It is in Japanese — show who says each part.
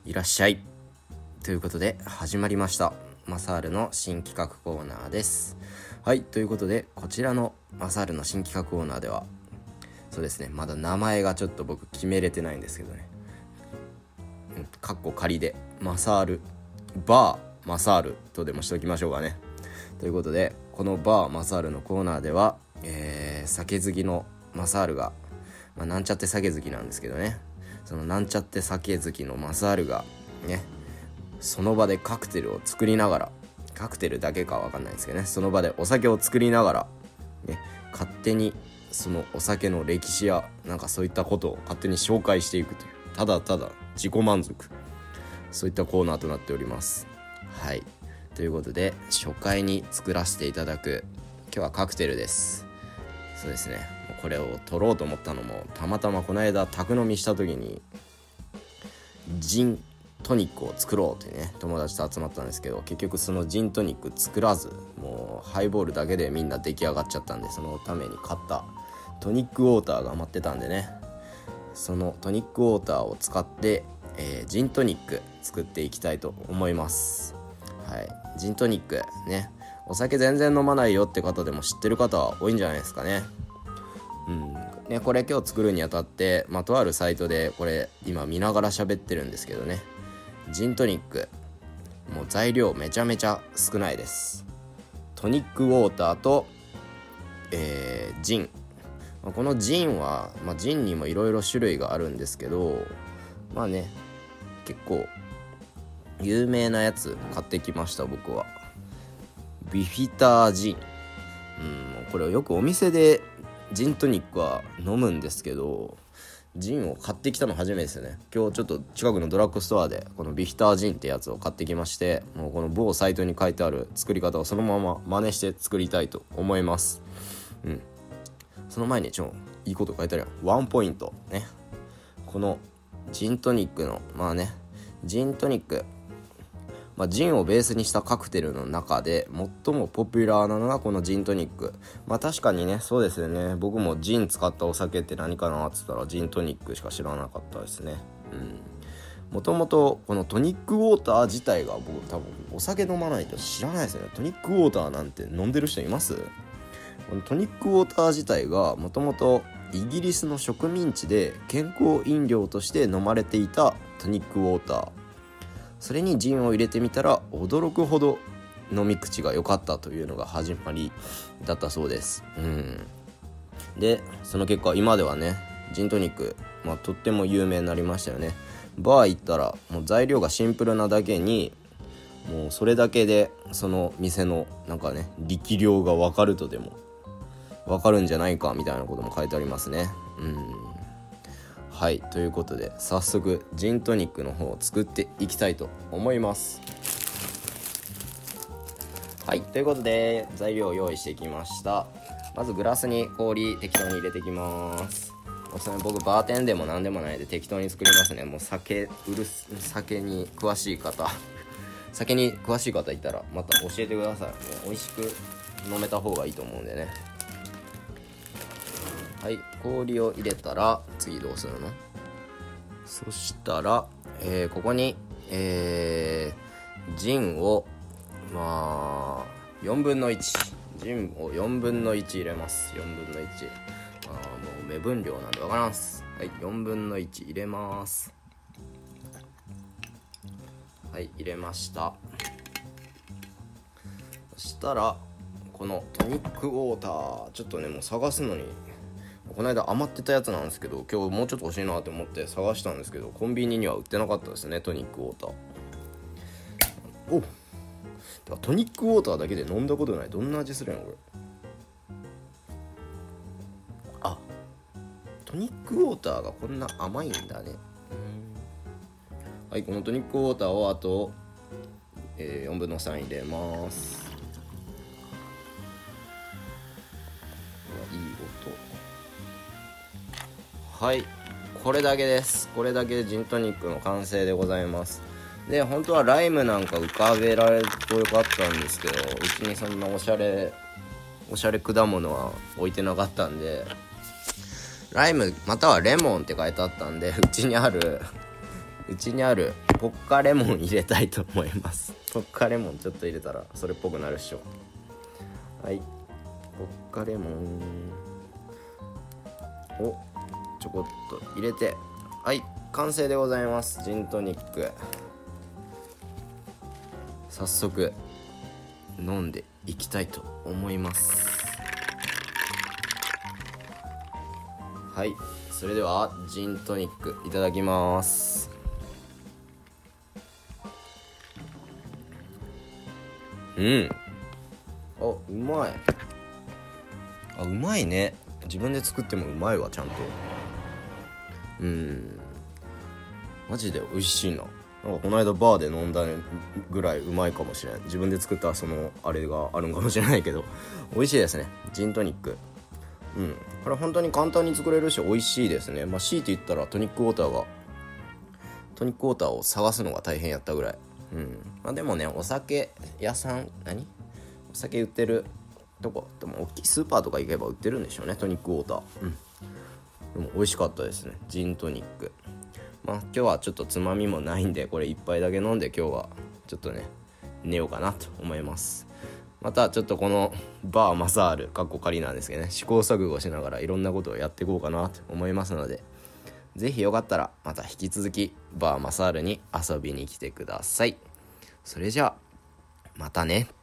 Speaker 1: いらっしゃいということで始まりましたマサールの新企画コーナーです。はい、ということでこちらのマサールの新企画コーナーではそうですね、まだ名前がちょっと僕決めれてないんですけどね、かっこ仮でマサールバーマサールとでもしておきましょうかね。ということでこのバーマサールのコーナーでは、酒好きのマサールが、なんちゃって酒好きなんですけどね、そのなんちゃって酒好きのマサールがね、その場でカクテルを作りながら、カクテルだけかわかんないですけどね、その場でお酒を作りながら、ね、勝手にそのお酒の歴史やなんかそういったことを勝手に紹介していくという、ただただ自己満足、そういったコーナーとなっております。はい、ということで初回に作らせていただく今日はカクテルです。そうですね、もうこれを取ろうと思ったのもたまたまこの間宅飲みした時にジントニックを作ろうというね友達と集まったんですけど、結局そのジントニック作らず、もうハイボールだけでみんな出来上がっちゃったんで、そのために買ったトニックウォーターが余ってたんでね、そのトニックウォーターを使って、ジントニック作っていきたいと思います。はい、ジントニックね、お酒全然飲まないよって方でも知ってる方は多いんじゃないですかね。ね、これ今日作るにあたって、とあるサイトでこれ今見ながら喋ってるんですけどね、ジントニックもう材料めちゃめちゃ少ないです。トニックウォーターと、ジン、このジンは、ジンにもいろいろ種類があるんですけど、結構有名なやつ買ってきました。僕はビフィタージン、これをよくお店でジントニックは飲むんですけど、ジンを買ってきたの初めてですよね。今日ちょっと近くのドラッグストアでこのビフィタージンってやつを買ってきまして、もうこの某サイトに書いてある作り方をそのまま真似して作りたいと思います。その前にいいこと書いてあるよ。ワンポイントね、このジントニックのジントニック、ジンをベースにしたカクテルの中で最もポピュラーなのがこのジントニック。確かにね、そうですよね。僕もジン使ったお酒って何かなって言ったらジントニックしか知らなかったですね。もともとこのトニックウォーター自体が僕多分お酒飲まないと知らないですよね。トニックウォーターなんて飲んでる人います？このトニックウォーター自体がもともとイギリスの植民地で健康飲料として飲まれていたトニックウォーター、それにジンを入れてみたら驚くほど飲み口が良かったというのが始まりだったそうです。でその結果今ではね、ジントニック、とっても有名になりましたよね。バー行ったらもう材料がシンプルなだけに、もうそれだけでその店の力量が分かるとでも分かるんじゃないかみたいなことも書いてありますね。はい、ということで早速ジントニックの方を作っていきたいと思います。はい、ということで材料を用意してきました。まずグラスに氷適当に入れていきます。僕バーテンでも何でもないで適当に作りますね。もう酒に詳しい方酒に詳しい方いたらまた教えてください。もう美味しく飲めた方がいいと思うんでね。はい、氷を入れたら次どうするの？そしたら、ここに、ジンを4分の1、ジンを4分の1入れます。4分の1、もう目分量なんでわからんっす。はい、4分の1入れます。はい、入れました。そしたらこのトニックウォーターちょっとね、もう探すのにこの間余ってたやつなんですけど、今日もうちょっと欲しいなと思って探したんですけど、コンビニには売ってなかったですね、トニックウォーター。トニックウォーターだけで飲んだことない。どんな味するのこれ。トニックウォーターがこんな甘いんだね。はい、このトニックウォーターをあと、4分の3入れます。いい音。はい、これだけです。これだけでジントニックの完成でございます。で本当はライムなんか浮かべられるとよかったんですけど、うちにそんなおしゃれ果物は置いてなかったんで、ライムまたはレモンって書いてあったんで、うちにあるうちにあるポッカレモン入れたいと思います。ポッカレモンちょっと入れたらそれっぽくなるっしょ。はい、ポッカレモンをちょこっと入れて、はい、完成でございます。ジントニック、早速飲んでいきたいと思います。はい、それではジントニックいただきます。あ、うまい。うまいね。自分で作ってもうまいわ、ちゃんと。マジで美味しいな。なんかこの間バーで飲んだぐらいうまいかもしれない。自分で作ったそのあれがあるんかもしれないけど美味しいですね、ジントニック。これ本当に簡単に作れるし美味しいですね。強いて言ったらトニックウォーターを探すのが大変やったぐらい。でもね、お酒屋さん、お酒売ってるとこでも大きいスーパーとか行けば売ってるんでしょうね、トニックウォーター。でも美味しかったですね、ジントニック。今日はちょっとつまみもないんで、これ一杯だけ飲んで今日はちょっとね寝ようかなと思います。またちょっとこのバーマサール仮なんですけどね、試行錯誤しながらいろんなことをやっていこうかなと思いますので、ぜひよかったらまた引き続きバーマサールに遊びに来てください。それじゃあまたね。